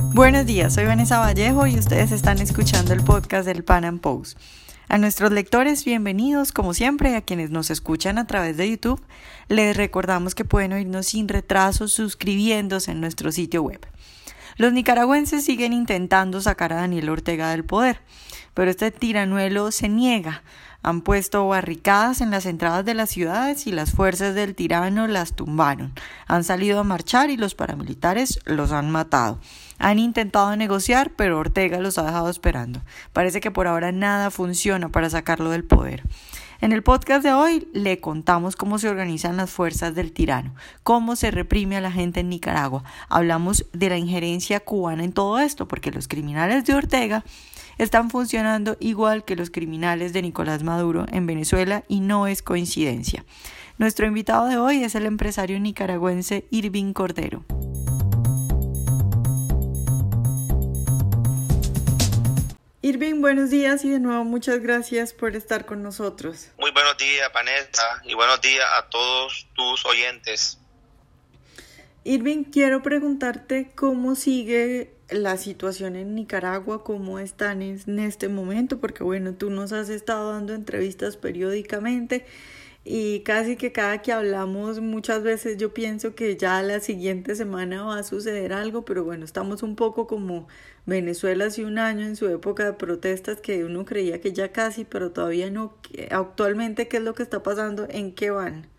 Buenos días, soy Vanessa Vallejo y ustedes están escuchando el podcast del Pan Am Post. A nuestros lectores, bienvenidos, como siempre, a quienes nos escuchan a través de YouTube. Les recordamos que pueden oírnos sin retraso suscribiéndose en nuestro sitio web. Los nicaragüenses siguen intentando sacar a Daniel Ortega del poder, pero este tiranuelo se niega. Han puesto barricadas en las entradas de las ciudades y las fuerzas del tirano las tumbaron. Han salido a marchar y los paramilitares los han matado. Han intentado negociar, pero Ortega los ha dejado esperando. Parece que por ahora nada funciona para sacarlo del poder. En el podcast de hoy le contamos cómo se organizan las fuerzas del tirano, cómo se reprime a la gente en Nicaragua. Hablamos de la injerencia cubana en todo esto, porque los criminales de Ortega están funcionando igual que los criminales de Nicolás Maduro en Venezuela y no es coincidencia. Nuestro invitado de hoy es el empresario nicaragüense Irving Cordero. Irving, buenos días y de nuevo muchas gracias por estar con nosotros. Muy buenos días, Vanessa, y buenos días a todos tus oyentes. Irving, quiero preguntarte cómo sigue la situación en Nicaragua, cómo están en este momento, porque bueno, tú nos has estado dando entrevistas periódicamente y casi que cada que hablamos muchas veces yo pienso que ya la siguiente semana va a suceder algo, pero bueno, estamos un poco como Venezuela hace un año en su época de protestas que uno creía que ya casi, pero todavía no. Actualmente, ¿qué es lo que está pasando? ¿En qué van?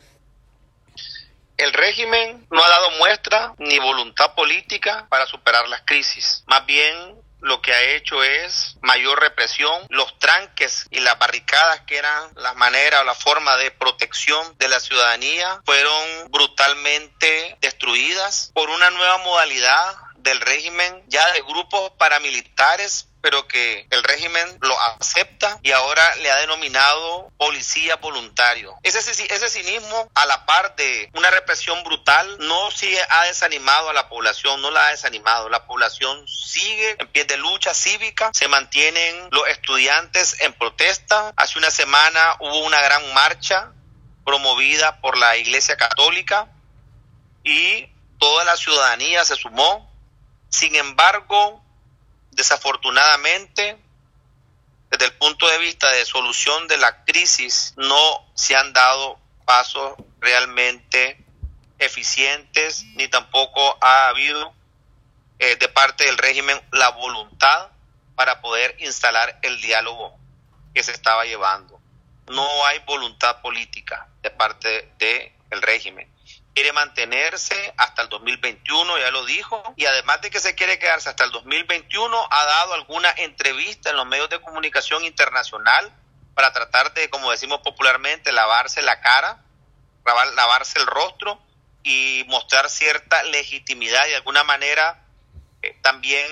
El régimen no ha dado muestra ni voluntad política para superar las crisis. Más bien, lo que ha hecho es mayor represión. Los tranques y las barricadas, que eran las maneras o la forma de protección de la ciudadanía, fueron brutalmente destruidas por una nueva modalidad del régimen, ya de grupos paramilitares, pero que el régimen lo acepta y ahora le ha denominado policía voluntario. Ese cinismo, a la par de una represión brutal, no sí ha desanimado a la población, no la ha desanimado. La población sigue en pie de lucha cívica, se mantienen los estudiantes en protesta. Hace una semana hubo una gran marcha promovida por la Iglesia Católica y toda la ciudadanía se sumó. Sin embargo, desafortunadamente, desde el punto de vista de solución de la crisis, no se han dado pasos realmente eficientes, ni tampoco ha habido de parte del régimen la voluntad para poder instalar el diálogo que se estaba llevando. No hay voluntad política de parte del régimen. Quiere mantenerse hasta el 2021, ya lo dijo, y además de que se quiere quedarse hasta el 2021, ha dado alguna entrevista en los medios de comunicación internacional para tratar de, como decimos popularmente, lavarse la cara, lavarse el rostro y mostrar cierta legitimidad y de alguna manera también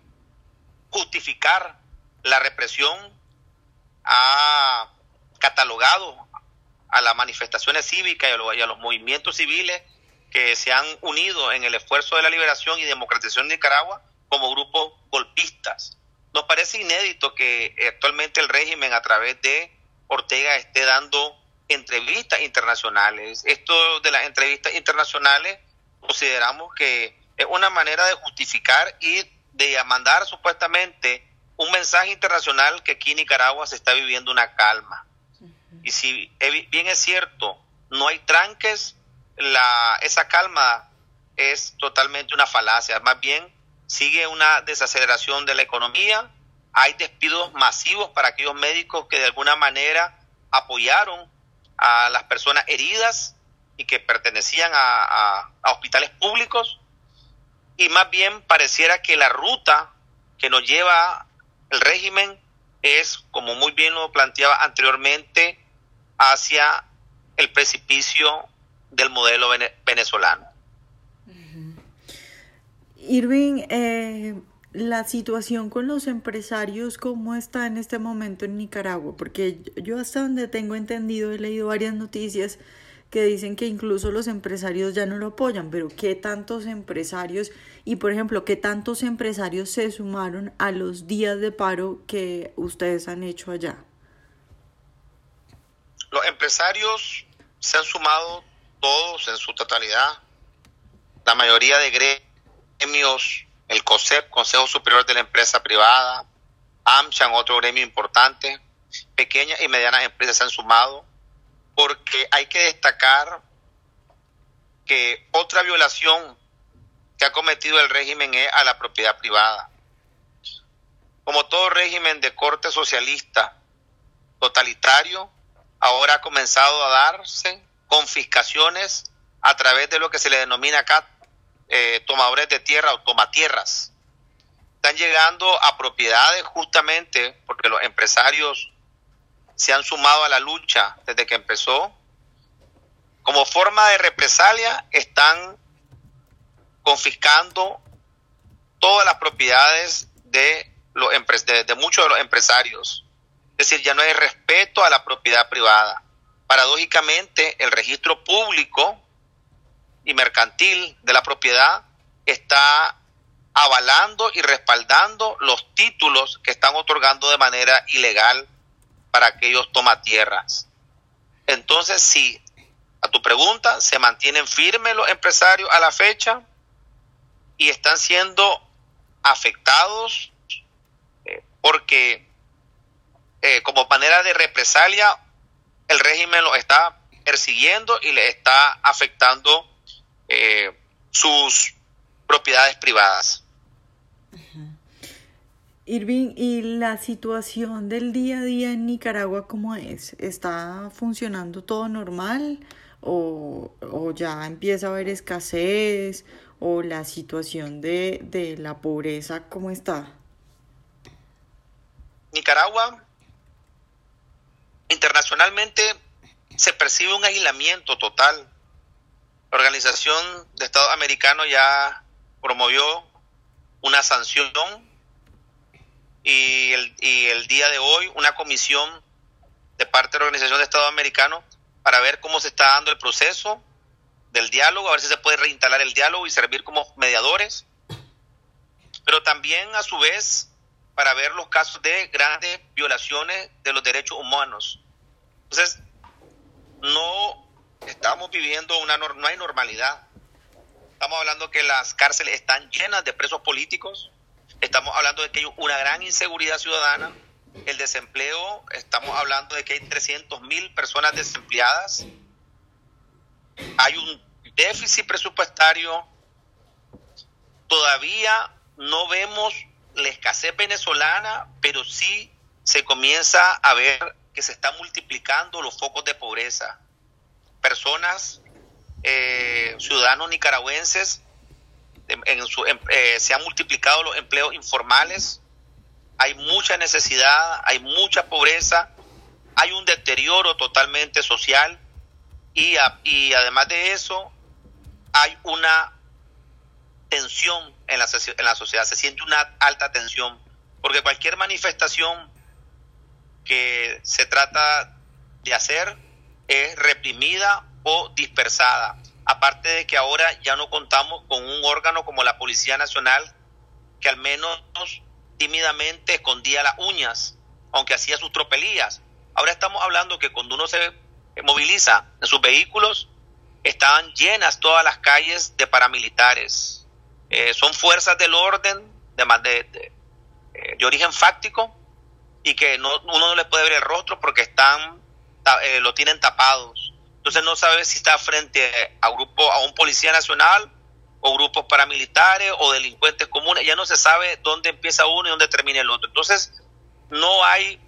justificar la represión. Ha catalogado a las manifestaciones cívicas y a los movimientos civiles que se han unido en el esfuerzo de la liberación y democratización de Nicaragua como grupos golpistas. Nos parece inédito que actualmente el régimen a través de Ortega esté dando entrevistas internacionales. Esto de las entrevistas internacionales consideramos que es una manera de justificar y de mandar supuestamente un mensaje internacional que aquí en Nicaragua se está viviendo una calma. Y si bien es cierto, no hay tranques, esa calma es totalmente una falacia. Más bien, sigue una desaceleración de la economía. Hay despidos masivos para aquellos médicos que de alguna manera apoyaron a las personas heridas y que pertenecían a hospitales públicos. Y más bien pareciera que la ruta que nos lleva el régimen es, como muy bien lo planteaba anteriormente, hacia el precipicio del modelo venezolano. Irving, la situación con los empresarios, ¿cómo está en este momento en Nicaragua? Porque yo hasta donde tengo entendido, he leído varias noticias que dicen que incluso los empresarios ya no lo apoyan, pero ¿qué tantos empresarios y, por ejemplo, qué tantos empresarios se sumaron a los días de paro que ustedes han hecho allá? Los empresarios se han sumado todos en su totalidad. La mayoría de gremios el COSEP, Consejo Superior de la Empresa Privada, AmCham, otro gremio importante, pequeñas y medianas empresas se han sumado, porque hay que destacar que otra violación que ha cometido el régimen es a la propiedad privada. Como todo régimen de corte socialista totalitario, ahora ha comenzado a darse confiscaciones a través de lo que se le denomina acá tomadores de tierra o tomatierras. Están llegando a propiedades justamente porque los empresarios se han sumado a la lucha desde que empezó. Como forma de represalia están confiscando todas las propiedades de muchos de los empresarios. Es decir, ya no hay respeto a la propiedad privada. Paradójicamente, el registro público y mercantil de la propiedad está avalando y respaldando los títulos que están otorgando de manera ilegal para aquellos tomatierras. Entonces, sí, a tu pregunta, se mantienen firmes los empresarios a la fecha y están siendo afectados porque como manera de represalia el régimen los está persiguiendo y le está afectando sus propiedades privadas. Irving, ¿y la situación del día a día en Nicaragua cómo es? ¿Está funcionando todo normal? ¿O ya empieza a haber escasez? ¿O la situación de la pobreza cómo está? Nicaragua, internacionalmente, se percibe un aislamiento total. La Organización de Estados Americanos ya promovió una sanción y el día de hoy una comisión de parte de la Organización de Estados Americanos para ver cómo se está dando el proceso del diálogo, a ver si se puede reinstalar el diálogo y servir como mediadores, pero también a su vez para ver los casos de grandes violaciones de los derechos humanos. Entonces, no estamos viviendo no hay normalidad. Estamos hablando que las cárceles están llenas de presos políticos. Estamos hablando de que hay una gran inseguridad ciudadana. El desempleo, estamos hablando de que hay 300,000 personas desempleadas. Hay un déficit presupuestario. Todavía no vemos la escasez venezolana, pero sí se comienza a ver que se están multiplicando los focos de pobreza. Personas, ciudadanos nicaragüenses, se han multiplicado los empleos informales, hay mucha necesidad, hay mucha pobreza, hay un deterioro totalmente social y además de eso hay una tensión en la sociedad, se siente una alta tensión, porque cualquier manifestación que se trata de hacer es reprimida o dispersada. Aparte de que ahora ya no contamos con un órgano como la Policía Nacional, que al menos tímidamente escondía las uñas, aunque hacía sus tropelías. Ahora estamos hablando que cuando uno se moviliza en sus vehículos, estaban llenas todas las calles de paramilitares. Son fuerzas del orden de origen fáctico y que uno no les puede ver el rostro porque lo tienen tapados. Entonces no sabe si está frente a un policía nacional o grupos paramilitares o delincuentes comunes. Ya no se sabe dónde empieza uno y dónde termina el otro. Entonces no hay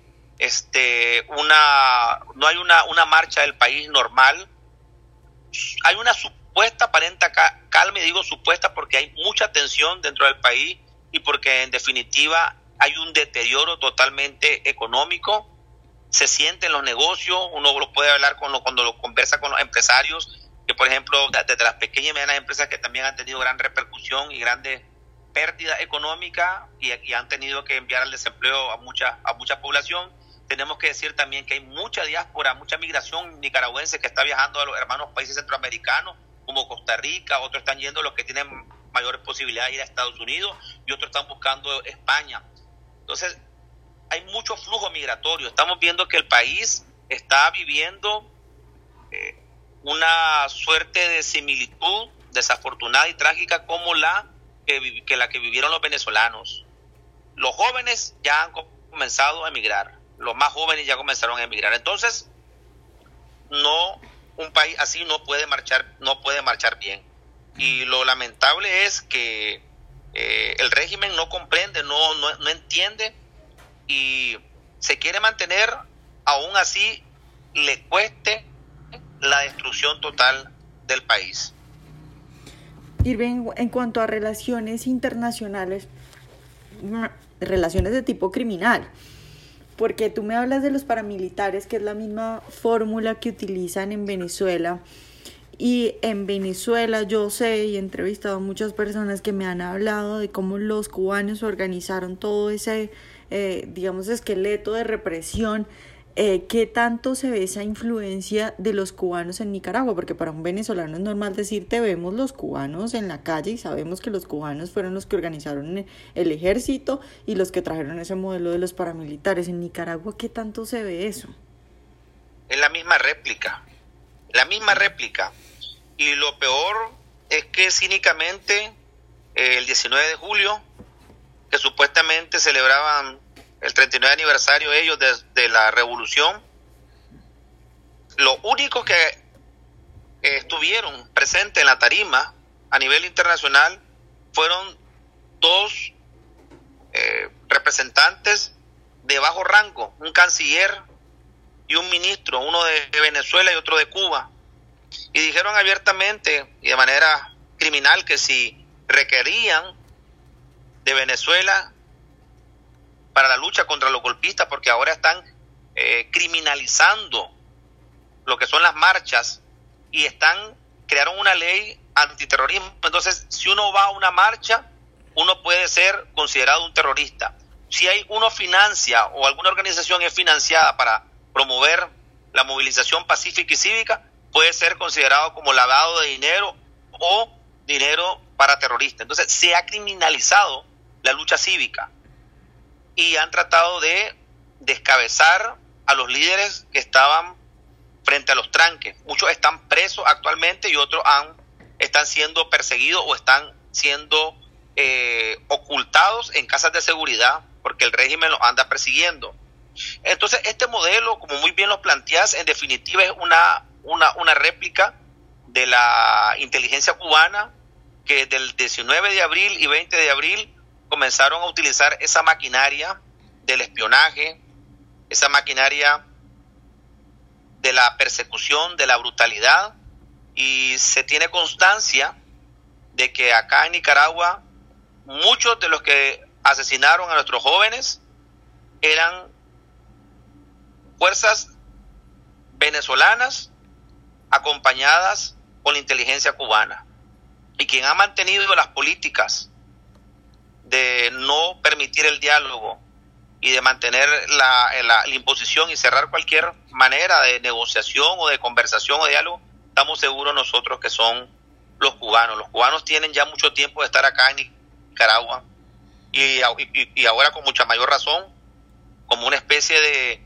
una marcha del país normal. Hay una supuesta aparente calma, y digo supuesta porque hay mucha tensión dentro del país y porque en definitiva hay un deterioro totalmente económico. Se siente en los negocios, uno lo puede hablar cuando lo conversa con los empresarios, que por ejemplo desde las pequeñas y medianas empresas que también han tenido gran repercusión y grandes pérdidas económicas y han tenido que enviar al desempleo a mucha población. Tenemos que decir también que hay mucha diáspora, mucha migración nicaragüense que está viajando a los hermanos países centroamericanos como Costa Rica, otros están yendo los que tienen mayores posibilidades de ir a Estados Unidos y otros están buscando España. Entonces hay mucho flujo migratorio. Estamos viendo que el país está viviendo una suerte de similitud desafortunada y trágica como la que la que vivieron los venezolanos. Los jóvenes ya han comenzado a emigrar, los más jóvenes ya comenzaron a emigrar. Entonces, un país así no puede marchar bien. Y lo lamentable es que el régimen no comprende, no entiende y se quiere mantener, aún así le cueste la destrucción total del país. Irving, en cuanto a relaciones internacionales, relaciones de tipo criminal, porque tú me hablas de los paramilitares, que es la misma fórmula que utilizan en Venezuela, y en Venezuela yo sé y he entrevistado a muchas personas que me han hablado de cómo los cubanos organizaron todo ese, digamos, esqueleto de represión. ¿Qué tanto se ve esa influencia de los cubanos en Nicaragua? Porque para un venezolano es normal decirte, vemos los cubanos en la calle y sabemos que los cubanos fueron los que organizaron el ejército y los que trajeron ese modelo de los paramilitares. En Nicaragua, ¿qué tanto se ve eso? Es la misma réplica. Y lo peor es que cínicamente el 19 de julio, que supuestamente celebraban el 39 aniversario ellos de la revolución, los únicos que estuvieron presentes en la tarima a nivel internacional fueron dos representantes de bajo rango, un canciller y un ministro, uno de Venezuela y otro de Cuba, y dijeron abiertamente y de manera criminal que si requerían de Venezuela para la lucha contra los golpistas, porque ahora están criminalizando lo que son las marchas y crearon una ley antiterrorismo. Entonces, si uno va a una marcha, uno puede ser considerado un terrorista. Si uno financia o alguna organización es financiada para promover la movilización pacífica y cívica, puede ser considerado como lavado de dinero o dinero para terroristas. Entonces, se ha criminalizado la lucha cívica y han tratado de descabezar a los líderes que estaban frente a los tranques. Muchos están presos actualmente y otros están siendo perseguidos o están siendo ocultados en casas de seguridad porque el régimen los anda persiguiendo. Entonces, este modelo, como muy bien lo planteas, en definitiva es una réplica de la inteligencia cubana, que del 19 de abril y 20 de abril comenzaron a utilizar esa maquinaria del espionaje, esa maquinaria de la persecución, de la brutalidad, y se tiene constancia de que acá en Nicaragua muchos de los que asesinaron a nuestros jóvenes eran fuerzas venezolanas acompañadas con la inteligencia cubana, y quien ha mantenido las políticas de no permitir el diálogo y de mantener la imposición y cerrar cualquier manera de negociación o de conversación o de diálogo, estamos seguros nosotros que son los cubanos. Los cubanos tienen ya mucho tiempo de estar acá en Nicaragua y ahora con mucha mayor razón, como una especie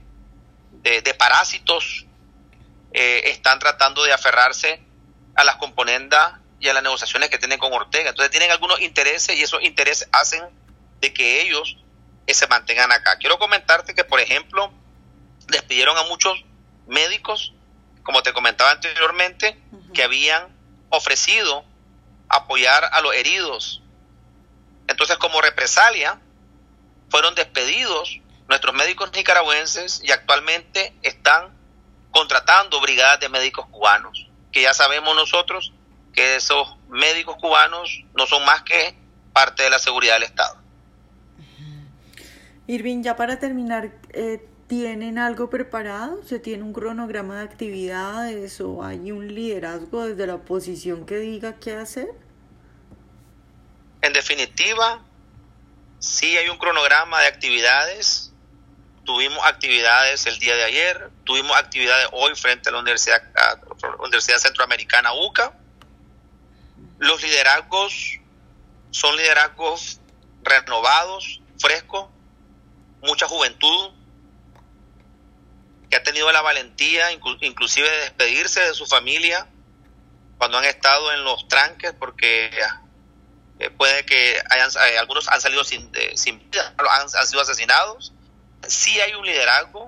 de parásitos, están tratando de aferrarse a las componendas y a las negociaciones que tienen con Ortega. Entonces tienen algunos intereses y esos intereses hacen de que ellos se mantengan acá. Quiero comentarte que, por ejemplo, despidieron a muchos médicos, como te comentaba anteriormente, que habían ofrecido apoyar a los heridos. Entonces, como represalia, fueron despedidos nuestros médicos nicaragüenses y actualmente están contratando brigadas de médicos cubanos, que ya sabemos nosotros que esos médicos cubanos no son más que parte de la seguridad del Estado. Irving, ya para terminar, ¿tienen algo preparado? ¿Se tiene un cronograma de actividades o hay un liderazgo desde la oposición que diga qué hacer? En definitiva, sí hay un cronograma de actividades. Tuvimos actividades el día de ayer, tuvimos actividades hoy frente a la Universidad Centroamericana UCA. Los liderazgos son liderazgos renovados, frescos, mucha juventud que ha tenido la valentía inclusive de despedirse de su familia cuando han estado en los tranques, porque puede que algunos han salido sin vida, han sido asesinados. Sí hay un liderazgo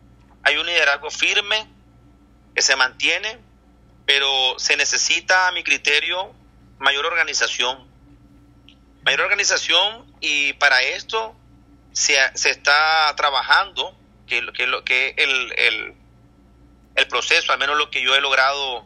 firme que se mantiene, pero se necesita, a mi criterio, mayor organización, y para esto se está trabajando que el proceso, al menos lo que yo he logrado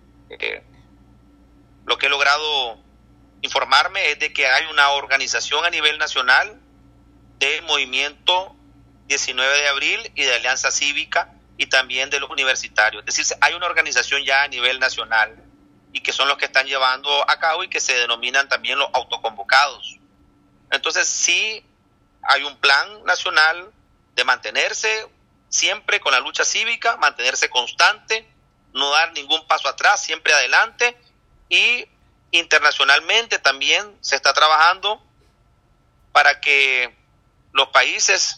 informarme, es de que hay una organización a nivel nacional del movimiento 19 de abril y de Alianza Cívica y también de los universitarios. Es decir, hay una organización ya a nivel nacional y que son los que están llevando a cabo y que se denominan también los autoconvocados. Entonces sí hay un plan nacional de mantenerse siempre con la lucha cívica, mantenerse constante, no dar ningún paso atrás, siempre adelante, y internacionalmente también se está trabajando para que los países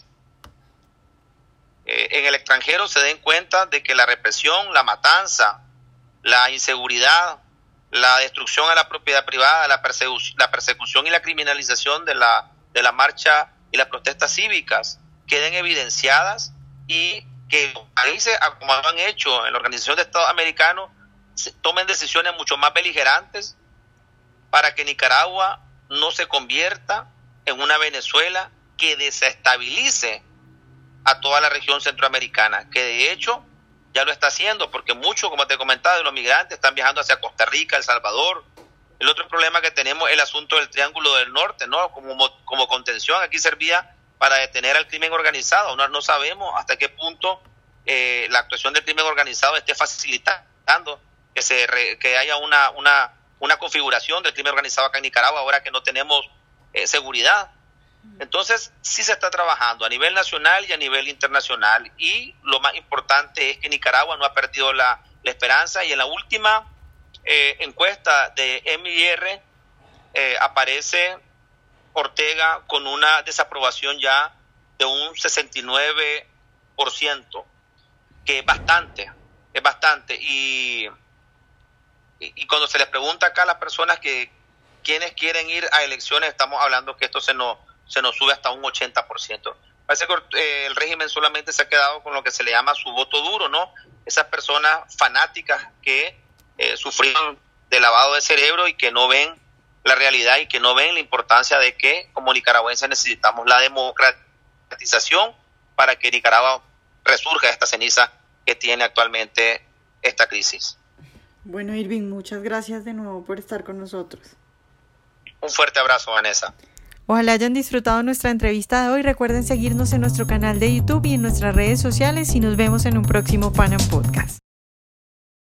en el extranjero se den cuenta de que la represión, la matanza, la inseguridad, la destrucción a la propiedad privada, la persecución y la criminalización de la marcha y las protestas cívicas queden evidenciadas, y que los países, como lo han hecho en la Organización de Estados Americanos, tomen decisiones mucho más beligerantes para que Nicaragua no se convierta en una Venezuela que desestabilice a toda la región centroamericana, que de hecho ya lo está haciendo, porque muchos, como te comentaba, de los migrantes están viajando hacia Costa Rica, El Salvador. El otro problema que tenemos es el asunto del Triángulo del Norte, ¿no? Como contención, aquí servía para detener al crimen organizado. No sabemos hasta qué punto la actuación del crimen organizado esté facilitando que haya una configuración del crimen organizado acá en Nicaragua, ahora que no tenemos seguridad. Entonces sí se está trabajando a nivel nacional y a nivel internacional, y lo más importante es que Nicaragua no ha perdido la esperanza, y en la última encuesta de MIR aparece Ortega con una desaprobación ya de un 69%, que es bastante, y cuando se les pregunta acá a las personas que quienes quieren ir a elecciones, estamos hablando que esto se nos sube hasta un 80%. Parece que el régimen solamente se ha quedado con lo que se le llama su voto duro, ¿no? Esas personas fanáticas que sufrieron de lavado de cerebro y que no ven la realidad y que no ven la importancia de que como nicaragüenses necesitamos la democratización para que Nicaragua resurja de esta ceniza que tiene actualmente esta crisis. Bueno, Irving, muchas gracias de nuevo por estar con nosotros. Un fuerte abrazo, Vanessa. Ojalá hayan disfrutado nuestra entrevista de hoy. Recuerden seguirnos en nuestro canal de YouTube y en nuestras redes sociales, y nos vemos en un próximo Pan Am Podcast.